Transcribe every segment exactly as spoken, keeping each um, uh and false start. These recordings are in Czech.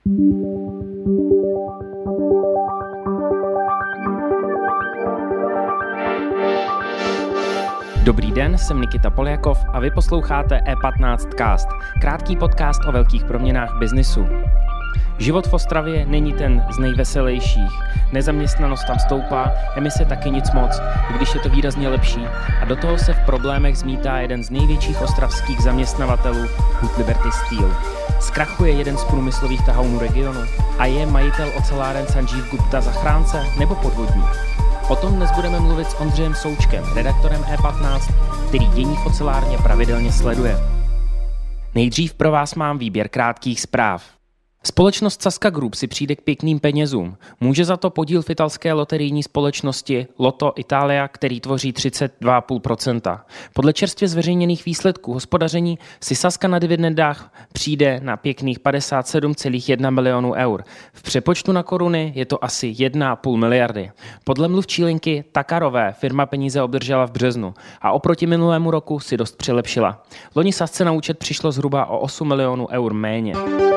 Dobrý den, jsem Nikita Poljakov a vy posloucháte E patnáct Cast, krátký podcast o velkých proměnách biznisu. Život v Ostravě není ten z nejveselějších. Nezaměstnanost tam stoupá, emise taky nic moc, i když je to výrazně lepší. A do toho se v problémech zmítá jeden z největších ostravských zaměstnavatelů, Good Liberty Steel. Zkrachuje jeden z průmyslových tahounů regionu a je majitel oceláren Sanjeev Gupta zachránce nebo podvodník. O tom dnes budeme mluvit s Ondřejem Součkem, redaktorem E patnáct, který dění v ocelárně pravidelně sleduje. Nejdřív pro vás mám výběr krátkých zpráv. Společnost Sazka Group si přijde k pěkným penězům. Může za to podíl v italské loterijní společnosti Lotto Italia, který tvoří třicet dva celá pět procenta. Podle čerstvě zveřejněných výsledků hospodaření si Sazka na dividendách přijde na pěkných padesát sedm celá jedna milionu eur. V přepočtu na koruny je to asi jedna celá pět miliardy. Podle mluvčí linky Takarové firma peníze obdržela v březnu a oproti minulému roku si dost přilepšila. Loni Sazce na účet přišlo zhruba o osm milionů eur méně.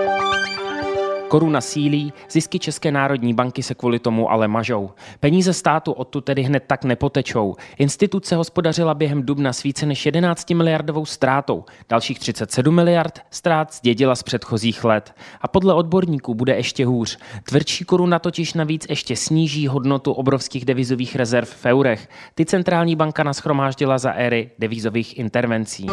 Koruna sílí, zisky České národní banky se kvůli tomu ale mažou. Peníze státu odtud tedy hned tak nepotečou. Instituce hospodařila během dubna s více než jedenáctimiliardovou ztrátou. Dalších třicet sedm miliard ztrát zdědila z předchozích let. A podle odborníků bude ještě hůř. Tvrdší koruna totiž navíc ještě sníží hodnotu obrovských devizových rezerv v eurech. Ty centrální banka nashromáždila za éry devizových intervencí.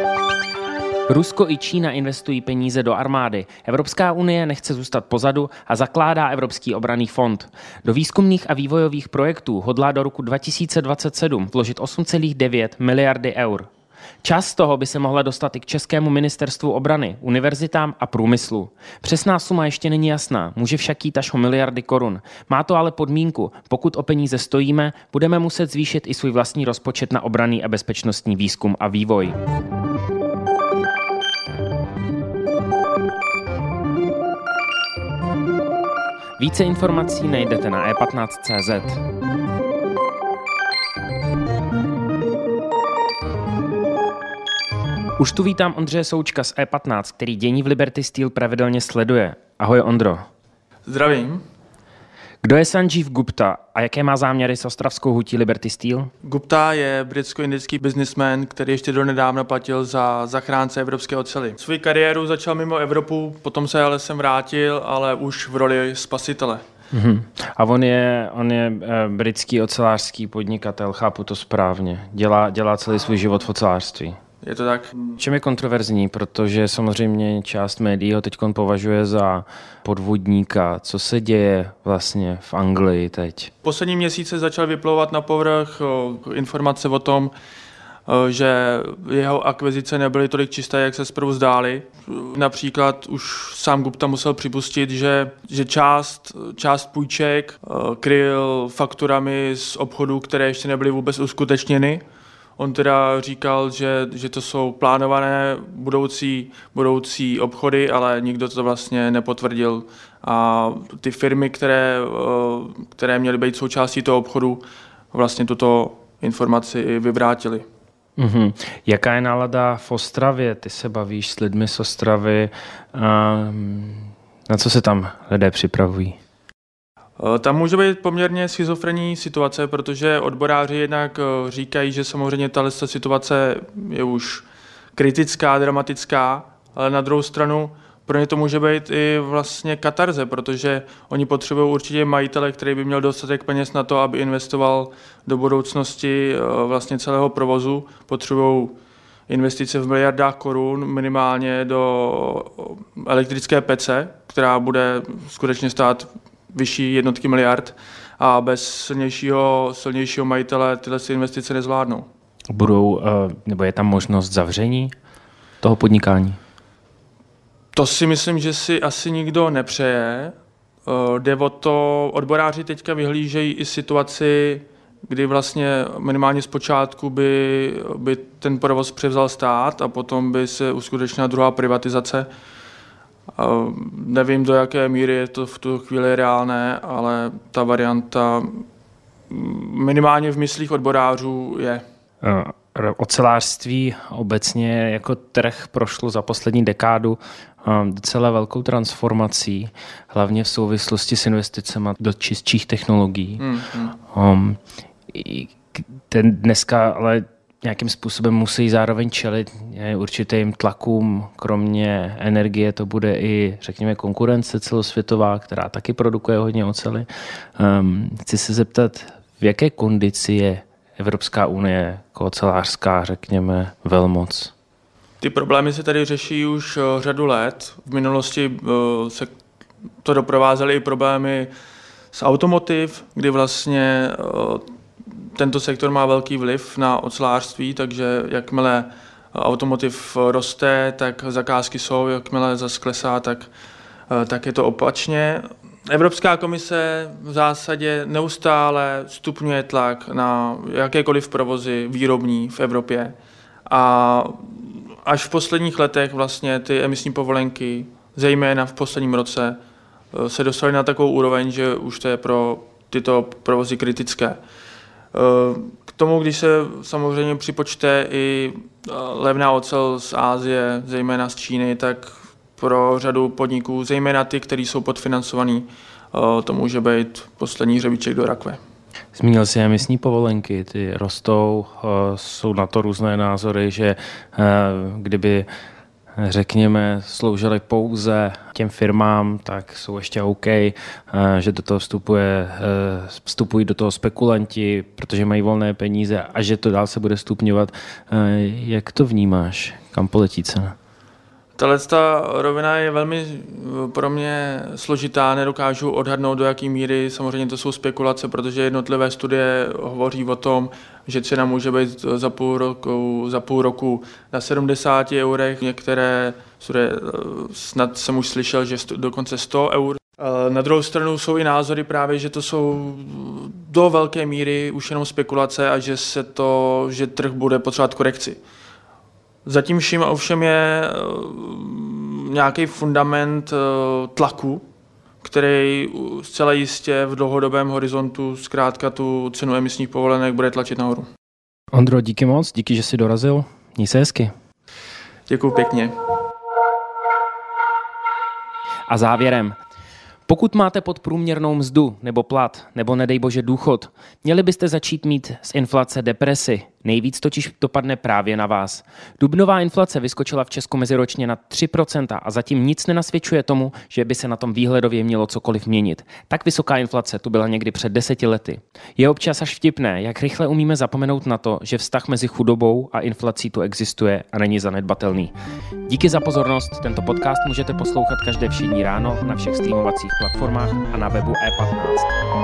Rusko i Čína investují peníze do armády. Evropská unie nechce zůstat pozadu a zakládá Evropský obranný fond. Do výzkumných a vývojových projektů hodlá do roku dva tisíce dvacet sedm vložit osm celá devět miliardy eur. Část z toho by se mohla dostat i k Českému ministerstvu obrany, univerzitám a průmyslu. Přesná suma ještě není jasná, může však jít až o miliardy korun. Má to ale podmínku, pokud o peníze stojíme, budeme muset zvýšit i svůj vlastní rozpočet na obranný a bezpečnostní výzkum a vývoj. Více informací najdete na e patnáct tečka cé zet. Už tu vítám Ondřeje Součka z E patnáct, který dění v Liberty Steel pravidelně sleduje. Ahoj Ondro. Zdravím. Kdo je Sanjeev Gupta a jaké má záměry s ostravskou hutí Liberty Steel? Gupta je britsko-indický businessman, který ještě donedávna platil za zachránce evropské oceli. Svou kariéru začal mimo Evropu, potom se ale sem vrátil, ale už v roli spasitele. Mm-hmm. A on je, on je e, britský ocelářský podnikatel, chápu to správně. Dělá, dělá celý svůj život v ocelářství. Je to tak? Čem je kontroverzní, protože samozřejmě část médií ho teď považuje za podvodníka. Co se děje vlastně v Anglii teď? Poslední měsíce začal vyplouvat na povrch informace o tom, že jeho akvizice nebyly tolik čisté, jak se zprvu zdály. Například už sám Gupta musel připustit, že, že část, část půjček kryl fakturami z obchodů, které ještě nebyly vůbec uskutečněny. On teda říkal, že, že to jsou plánované budoucí, budoucí obchody, ale nikdo to vlastně nepotvrdil. A ty firmy, které, které měly být součástí toho obchodu, vlastně tuto informaci vyvrátily. Mm-hmm. Jaká je nálada v Ostravě? Ty se bavíš s lidmi z Ostravy. Na co se tam lidé připravují? Tam může být poměrně schizofrenní situace, protože odboráři jednak říkají, že samozřejmě tato situace je už kritická, dramatická, ale na druhou stranu pro ně to může být i vlastně katarze, protože oni potřebují určitě majitele, který by měl dostatek peněz na to, aby investoval do budoucnosti vlastně celého provozu. Potřebují investice v miliardách korun minimálně do elektrické pece, která bude skutečně stát vyšší jednotky miliard a bez silnějšího, silnějšího majitele tyhle investice nezvládnou. Budou, nebo je tam možnost zavření toho podnikání? To si myslím, že si asi nikdo nepřeje. Jde o to, odboráři teďka vyhlížejí i situaci, kdy vlastně minimálně zpočátku by, by ten provoz převzal stát a potom by se uskutečnila druhá privatizace. Nevím, do jaké míry je to v tu chvíli reálné, ale ta varianta minimálně v myslích odborářů je. Ocelářství obecně jako trh prošlo za poslední dekádu docela velkou transformací, hlavně v souvislosti s investicemi do čistších technologií. Hmm, hmm. Um, ten dneska ale nějakým způsobem musí zároveň čelit určitým tlakům, kromě energie to bude i, řekněme, konkurence celosvětová, která taky produkuje hodně oceli. Um, chci se zeptat, v jaké kondici je Evropská unie jako ocelářská, řekněme, velmoc? Ty problémy se tady řeší už řadu let. V minulosti se to doprovázely i problémy s automotiv, kdy vlastně tento sektor má velký vliv na ocelářství, takže jakmile automotiv roste, tak zakázky jsou, jakmile zase klesá, tak, tak je to opačně. Evropská komise v zásadě neustále stupňuje tlak na jakékoliv provozy výrobní v Evropě a až v posledních letech vlastně ty emisní povolenky, zejména v posledním roce, se dostaly na takovou úroveň, že už to je pro tyto provozy kritické. K tomu, když se samozřejmě připočte i levná ocel z Asie, zejména z Číny, tak pro řadu podniků, zejména ty, které jsou podfinancovaný, to může být poslední hřebíček do rakve. Zmínil jsi emisní povolenky, ty rostou, jsou na to různé názory, že kdyby, řekněme, sloužily pouze těm firmám, tak jsou ještě OK, že do toho vstupuje, vstupují do toho spekulanti, protože mají volné peníze a že to dál se bude stupňovat. Jak to vnímáš? Kam poletí cena? Tahle rovina je velmi pro mě složitá, nedokážu odhadnout, do jaké míry, samozřejmě to jsou spekulace, protože jednotlivé studie hovoří o tom, že cena může být za půl roku, za půl roku na sedmdesáti eurech, některé studie snad jsem už slyšel, že dokonce sto eur. Na druhou stranu jsou i názory právě, že to jsou do velké míry už jenom spekulace a že se to, že trh bude potřebovat korekci. Zatím vším ovšem je nějaký fundament tlaku, který zcela jistě v dlouhodobém horizontu zkrátka tu cenu emisních povolenek bude tlačit nahoru. Ondro, díky moc, díky, že jsi dorazil. Měj se hezky. Děkuju pěkně. A závěrem. Pokud máte podprůměrnou mzdu nebo plat, nebo nedej bože důchod, měli byste začít mít z inflace depresi. Nejvíc totiž dopadne právě na vás. Dubnová inflace vyskočila v Česku meziročně na tři procenta a zatím nic nenasvědčuje tomu, že by se na tom výhledově mělo cokoliv měnit. Tak vysoká inflace tu byla někdy před deseti lety. Je občas až vtipné, jak rychle umíme zapomenout na to, že vztah mezi chudobou a inflací tu existuje a není zanedbatelný. Díky za pozornost. Tento podcast můžete poslouchat každé všední ráno na všech streamovacích platformách a na webu E patnáct.